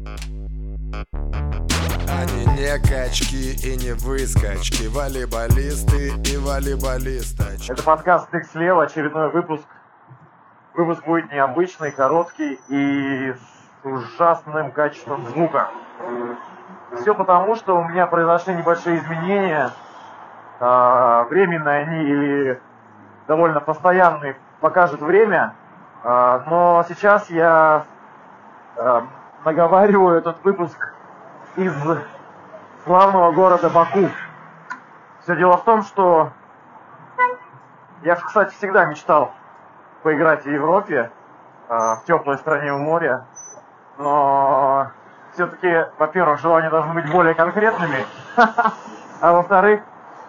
Они не качки и не выскочки, волейболисты и волейболисточки. Это подкаст «Стык слева», очередной выпуск. Выпуск будет необычный, короткий и с ужасным качеством звука. Все потому, что у меня произошли небольшие изменения. Временные они или довольно постоянные, покажет время. Но сейчас я наговариваю этот выпуск из славного города Баку. Все дело в том, что я, кстати, всегда мечтал поиграть в Европе, в теплой стране у моря, но все-таки, во-первых, желания должны быть более конкретными, а во-вторых,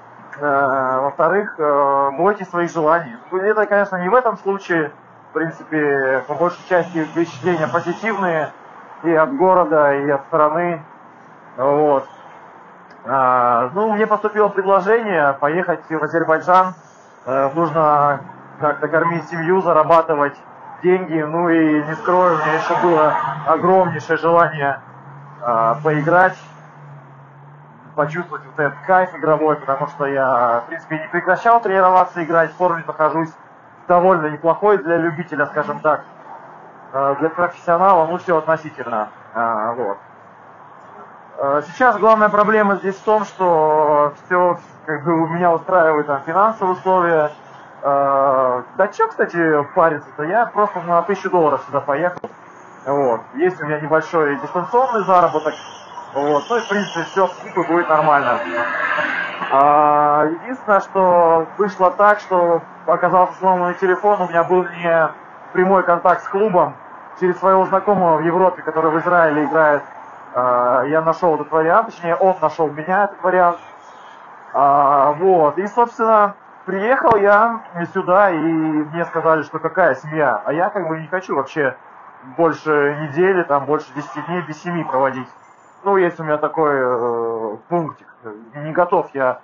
бойтесь своих желаний. Это, конечно, не в этом случае, в принципе, по большей части впечатления позитивные и от города, и от страны. Вот. Мне поступило предложение поехать в Азербайджан. Нужно как-то кормить семью, зарабатывать деньги. Ну и не скрою, у меня еще было огромнейшее желание поиграть, почувствовать вот этот кайф игровой, потому что я, в принципе, не прекращал тренироваться, играть, в форме нахожусь довольно неплохой для любителя, скажем так. Для профессионала, все относительно. Вот. Сейчас главная проблема здесь в том, что все у меня устраивает финансовые условия. Да что, кстати, париться-то, я просто на $1000 сюда поехал. Вот. Есть у меня небольшой дистанционный заработок. Вот. Ну и в принципе все будет нормально. Единственное, что вышло так, что оказался сломанный телефон, у меня был не прямой контакт с клубом. Через своего знакомого в Европе, который в Израиле играет, я нашел этот вариант, точнее он нашел меня этот вариант. Вот. И, собственно, приехал я сюда, и мне сказали, что какая семья. А я не хочу вообще больше недели, больше 10 дней без семьи проводить. Есть у меня такой пунктик. Не готов я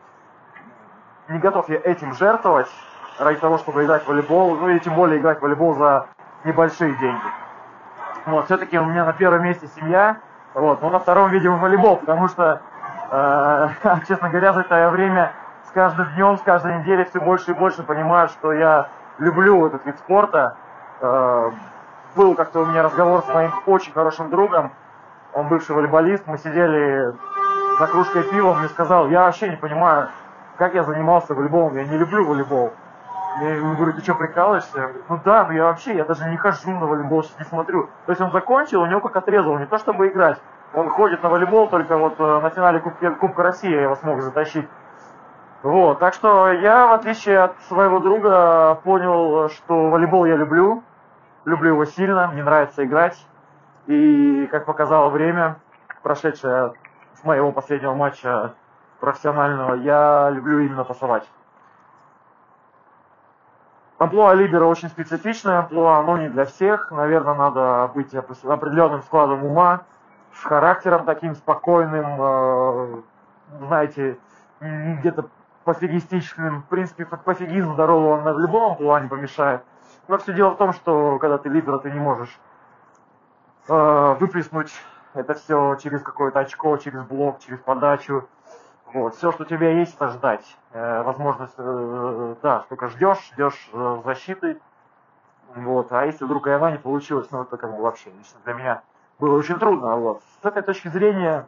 этим жертвовать ради того, чтобы играть в волейбол. И тем более играть в волейбол за небольшие деньги. Вот, все-таки у меня на первом месте семья, вот, но на втором, видимо, волейбол, потому что, честно говоря, за это время с каждым днем, с каждой неделей все больше и больше понимаю, что я люблю этот вид спорта. Был как-то у меня разговор с моим очень хорошим другом, он бывший волейболист, мы сидели за кружкой пива, он мне сказал, я вообще не понимаю, как я занимался волейболом, я не люблю волейбол. Я ему говорю, ты что, прикалываешься? Я говорю, я даже не хожу на волейбол, сейчас не смотрю. То есть он закончил, у него как отрезал, не то чтобы играть. Он ходит на волейбол, только вот на финале Кубка России я его смог затащить. Вот, так что я, в отличие от своего друга, понял, что волейбол я люблю его сильно, мне нравится играть. И, как показало время, прошедшее с моего последнего матча профессионального, я люблю именно пасовать. Амплуа либера очень специфичное амплуа, но не для всех. Наверное, надо быть определенным складом ума, с характером таким спокойным, знаете, где-то пофигистичным. В принципе, пофигизм здоровый он в любом амплуа не помешает. Но все дело в том, что когда ты либера, ты не можешь выплеснуть это все через какое-то очко, через блок, через подачу. Вот, все, что у тебя есть, это ждать. Возможность, только ждешь защиты. Вот, а если вдруг и она не получилась, это вообще лично для меня было очень трудно. Вот. С этой точки зрения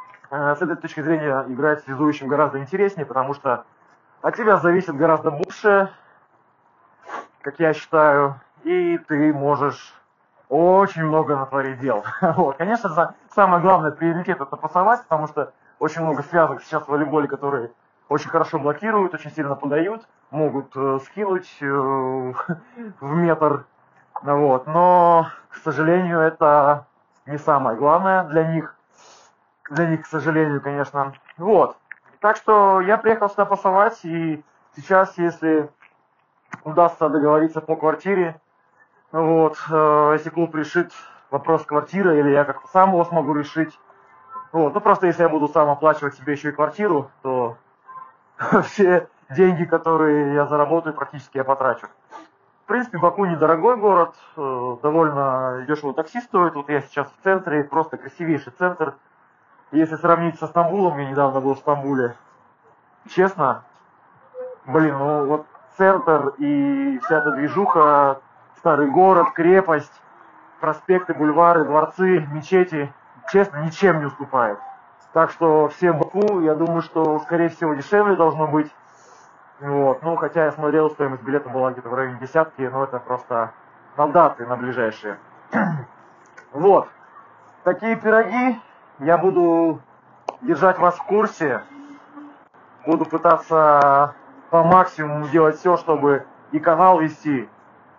играть связующим гораздо интереснее, потому что от тебя зависит гораздо больше, как я считаю, и ты можешь очень много натворить дел. Вот. Конечно, самое главное приоритет это пасовать, потому что очень много связок сейчас в волейболе, которые очень хорошо блокируют, очень сильно подают, могут скинуть в метр. Вот. Но, к сожалению, это не самое главное для них. Для них, к сожалению, конечно. Вот. Так что я приехал сюда пасовать, и сейчас, если удастся договориться по квартире, если клуб решит вопрос квартиры, или я как-то сам его смогу решить, просто если я буду сам оплачивать себе еще и квартиру, то все деньги, которые я заработаю, практически я потрачу. принципе, Баку недорогой город, довольно дешево такси стоит. Вот я сейчас в центре, просто красивейший центр. Если сравнить со Стамбулом, я недавно был в Стамбуле, честно, блин, ну вот центр и вся эта движуха, старый город, крепость, проспекты, бульвары, дворцы, мечети, честно, ничем не уступает. Так что всем Баку, я думаю, что, скорее всего, дешевле должно быть. Вот. Ну, хотя я смотрел, стоимость билета была где-то в районе десятки, но это просто на даты, на ближайшие. Вот. Такие пироги. Я буду держать вас в курсе. Буду пытаться по максимуму делать все, чтобы и канал вести,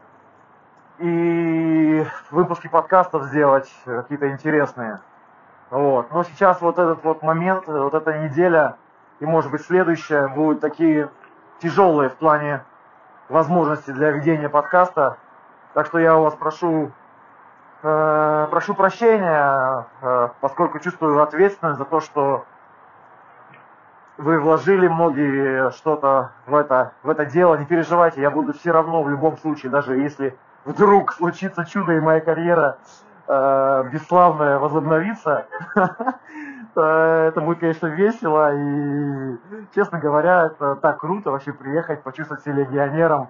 и выпуски подкастов сделать какие-то интересные. Вот. Но сейчас вот этот вот момент, вот эта неделя и, может быть, следующая будут такие тяжелые в плане возможностей для ведения подкаста. Так что я у вас прошу прощения, поскольку чувствую ответственность за то, что вы вложили многие что-то в это дело. Не переживайте, я буду все равно в любом случае, даже если вдруг случится чудо и моя карьера бесславная возобновится, это будет, конечно, весело. И, честно говоря, это так круто вообще приехать, почувствовать себя легионером.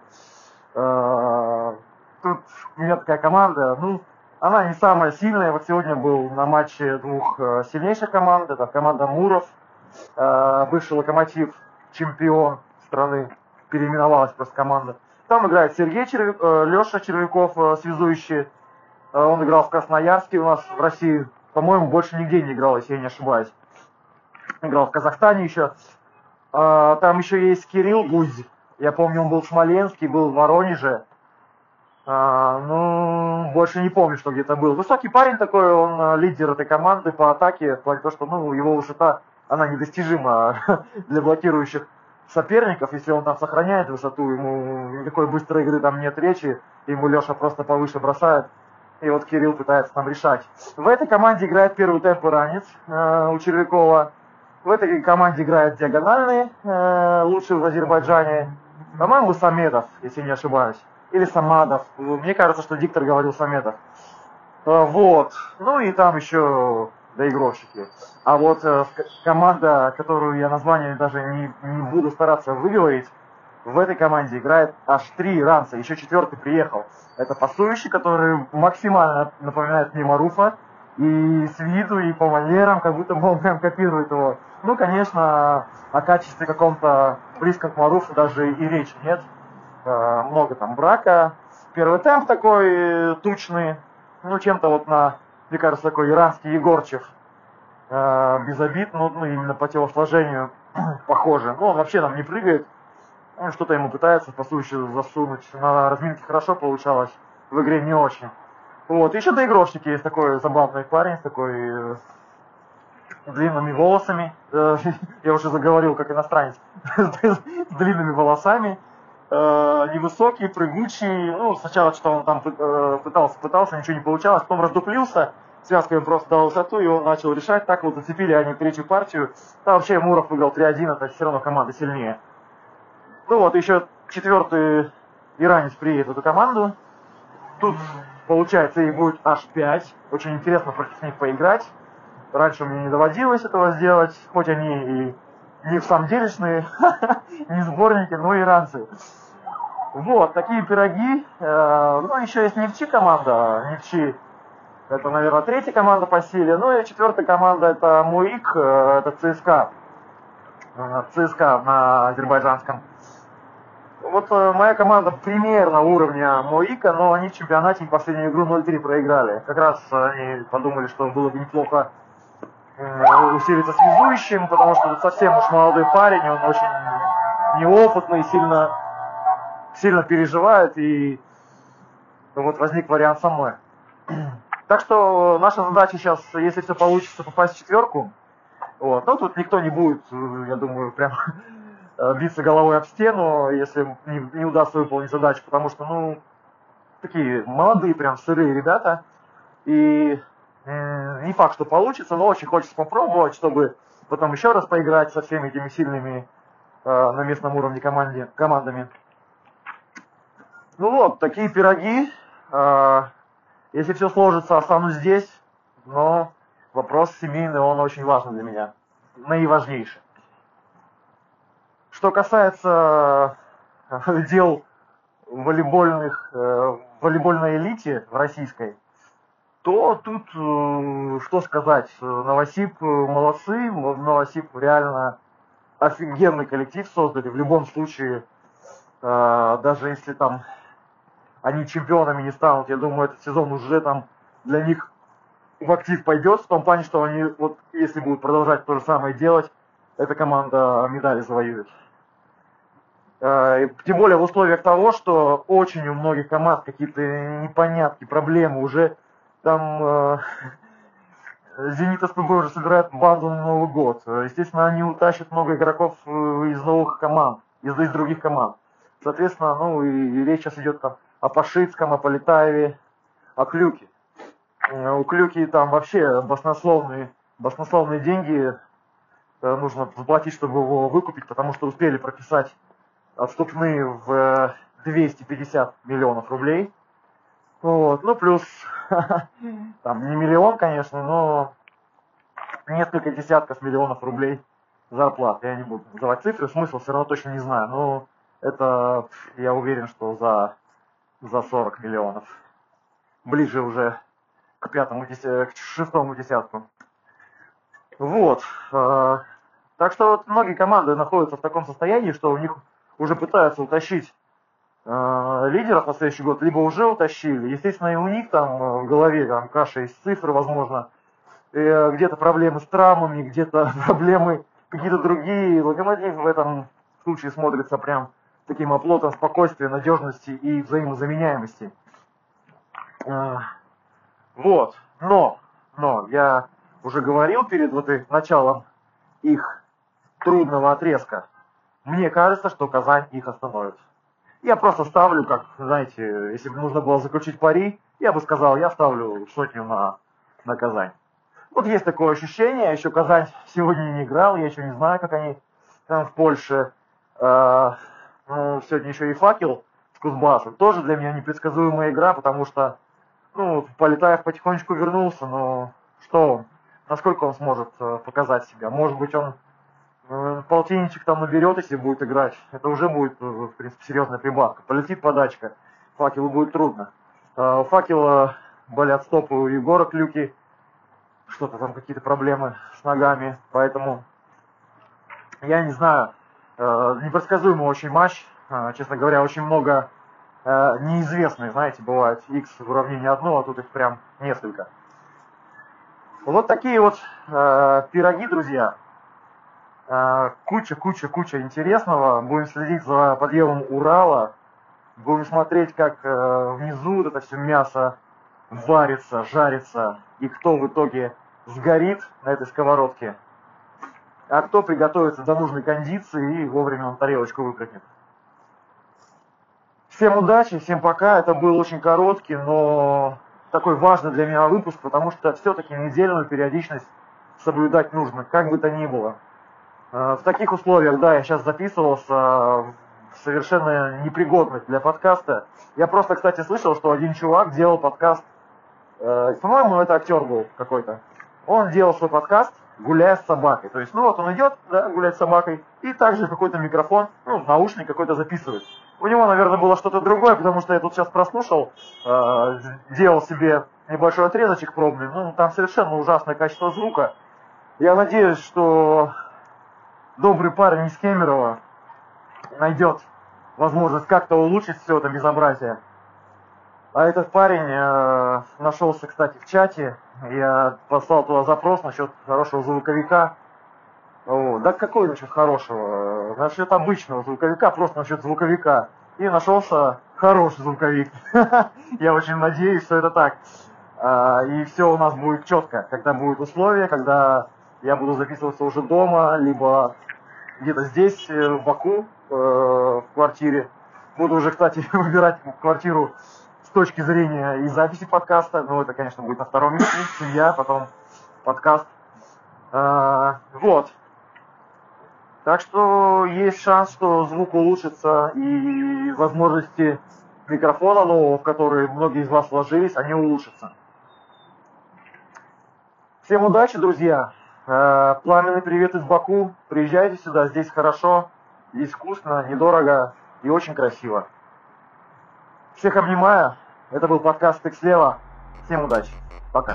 Тут у меня такая команда, ну, она не самая сильная. Вот сегодня был на матче двух сильнейших команд. Это команда Муров, бывший Локомотив, чемпион страны, переименовалась просто команда. Там играет Сергей Леша Червяков, связующий. Он играл в Красноярске у нас в России. По-моему, больше нигде не играл, если я не ошибаюсь. Играл в Казахстане еще. Там еще есть Кирилл Гудь. Я помню, он был в Смоленске, был в Воронеже. Ну, больше не помню, что где-то был. Высокий парень такой, он лидер этой команды по атаке. В плане того, что его высота, она недостижима для блокирующих соперников. Если он там сохраняет высоту, ему никакой быстрой игры там нет речи. Ему Леша просто повыше бросает. И вот Кирилл пытается там решать. В этой команде играет первый темп иранец у Червякова. В этой команде играет диагональный, лучший в Азербайджане. По-моему, Самедов, если не ошибаюсь. Или Самадов. Мне кажется, что диктор говорил Самедов. Вот. Ну и там еще доигровщики. А вот команда, которую я название даже не буду стараться выговорить, в этой команде играет аж 3 иранца. Еще 4-й приехал. Это пасующий, который максимально напоминает мне Маруфа. И с виду, и по манерам, как будто бы он прям копирует его. Ну, конечно, о качестве каком-то близком к Маруфу даже и речи нет. Много там брака. Первый темп такой тучный. Ну, чем-то вот мне кажется, такой иранский Егорчев. Без обид, но именно по телосложению похоже. Ну, он вообще там не прыгает. Что-то ему пытается пасующий засунуть. На разминке хорошо получалось, в игре не очень. Вот, еще доигровщики есть такой забавный парень, с такой длинными волосами. Я уже заговорил как иностранец. С длинными волосами. Невысокий, прыгучий. Ну, сначала что он там пытался, ничего не получалось. Потом раздуплился, связкой он просто дал высоту, и он начал решать. Так вот зацепили они третью партию. Там вообще Муров выиграл 3-1, это все равно команда сильнее. Ну вот, еще 4-й иранец приедет в эту команду. Тут, получается, их будет аж 5. Очень интересно против них поиграть. Раньше мне не доводилось этого сделать, хоть они и не в самом делешные, не сборники, но иранцы. Вот, такие пироги. Ну, еще есть Нефчи команда. Нефчи, это, наверное, 3-я команда по силе. Ну и 4-я команда это МУИК, это ЦСКА. ЦСКА на азербайджанском. Вот моя команда примерно уровня МОИКа, но они в чемпионате последнюю игру 0-3 проиграли. Как раз они подумали, что было бы неплохо усилиться связующим, потому что тут совсем уж молодой парень, он очень неопытный, сильно переживает, и вот возник вариант со мной. Так что наша задача сейчас, если все получится, попасть в 4-ку. Вот. Но тут никто не будет, я думаю, прям биться головой об стену, если не удастся выполнить задачу, потому что, ну, такие молодые, прям сырые ребята, и не факт, что получится, но очень хочется попробовать, чтобы потом еще раз поиграть со всеми этими сильными на местном уровне командами. Ну вот, такие пироги. Если все сложится, останусь здесь. Но вопрос семейный, он очень важный для меня. Наиважнейший. Что касается дел волейбольной элите в российской, то тут, что сказать, Новосиб молодцы, Новосиб реально офигенный коллектив создали. В любом случае, даже если там они чемпионами не станут, я думаю, этот сезон уже там для них в актив пойдет, в том плане, что они, вот если будут продолжать то же самое делать, эта команда медали завоюет. Тем более в условиях того, что очень у многих команд какие-то непонятки, проблемы. Уже там Зенит СПБ уже собирает банду на Новый год. Естественно, они утащат много игроков из новых команд, из других команд. Соответственно, ну и речь сейчас идет там о Пашицком, о Полетаеве, о Клюке. У Клюки там вообще баснословные деньги нужно заплатить, чтобы его выкупить, потому что успели прописать отступные в 250 миллионов рублей. Вот. Ну, плюс, там не миллион, конечно, но несколько десятков миллионов рублей зарплат. Я не буду называть цифры, смысл все равно точно не знаю, но это, я уверен, что за 40 миллионов. Ближе уже к шестому десятку. Вот. Так что вот многие команды находятся в таком состоянии, что у них уже пытаются утащить лидеров на следующий год, либо уже утащили. Естественно, и у них там в голове там каша из цифр, возможно, где-то проблемы с травмами, где-то проблемы какие-то другие. Локомотив в этом случае смотрится прям таким оплотом спокойствия, надежности и взаимозаменяемости. Вот. Но я уже говорил перед началом их трудного отрезка. Мне кажется, что Казань их остановит. Я просто ставлю, как, знаете, если бы нужно было заключить пари, я бы сказал, я ставлю сотню на Казань. Вот есть такое ощущение, еще Казань сегодня не играл, я еще не знаю, как они там в Польше. Ну, сегодня еще и Факел с Кузбассом. Тоже для меня непредсказуемая игра, потому что, ну, Полетаев потихонечку вернулся, но что он? Насколько он сможет показать себя? Может быть, он полтинничек там наберет, если будет играть. Это уже будет, в принципе, серьезная прибавка. Полетит подачка, Факелу будет трудно. У Факела болят стопы, у Егора Клюки. Что-то там, какие-то проблемы с ногами. Поэтому, я не знаю, непредсказуемый очень матч. Честно говоря, очень много неизвестных, знаете, бывает X в уравнении одно, а тут их прям несколько. Вот такие вот пироги, друзья. Куча интересного. Будем следить за подъемом Урала. Будем смотреть, как внизу вот это все мясо варится, жарится. И кто в итоге сгорит на этой сковородке. А кто приготовится до нужной кондиции и вовремя на тарелочку выпрыгнет. Всем удачи, всем пока. Это был очень короткий, но такой важный для меня выпуск, потому что все-таки недельную периодичность соблюдать нужно, как бы то ни было. В таких условиях, да, я сейчас записывался, совершенно непригодных для подкаста. Я просто, кстати, слышал, что один чувак делал подкаст, по-моему, это актер был какой-то. Он делал свой подкаст, гуляя с собакой. То есть, ну вот он идет, да, гулять с собакой, и также какой-то микрофон, ну, наушник какой-то записывает. У него, наверное, было что-то другое, потому что я тут сейчас прослушал, делал себе небольшой отрезочек пробный. Ну, там совершенно ужасное качество звука. Я надеюсь, что добрый парень из Кемерово найдет возможность как-то улучшить все это безобразие. А этот парень нашелся, кстати, в чате. Я послал туда запрос насчет хорошего звуковика. Вот. Да какой насчет хорошего? Насчет обычного звуковика, просто насчет звуковика. И нашелся хороший звуковик. Я очень надеюсь, что это так. И все у нас будет четко, когда будут условия, когда я буду записываться уже дома, либо где-то здесь, в Баку, в квартире. Буду уже, кстати, выбирать квартиру с точки зрения и записи подкаста. Ну, это, конечно, будет на втором месте. Семья, потом подкаст. Вот. Так что есть шанс, что звук улучшится и возможности микрофона нового, в который многие из вас вложились, они улучшатся. Всем удачи, друзья! Пламенный привет из Баку. Приезжайте сюда, здесь хорошо, здесь вкусно, недорого и очень красиво. Всех обнимаю. Это был подкаст «Тык слева». Всем удачи. Пока.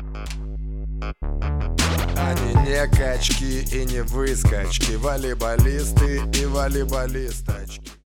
Они не качки и не выскочки, волейболисты и волейболисточки.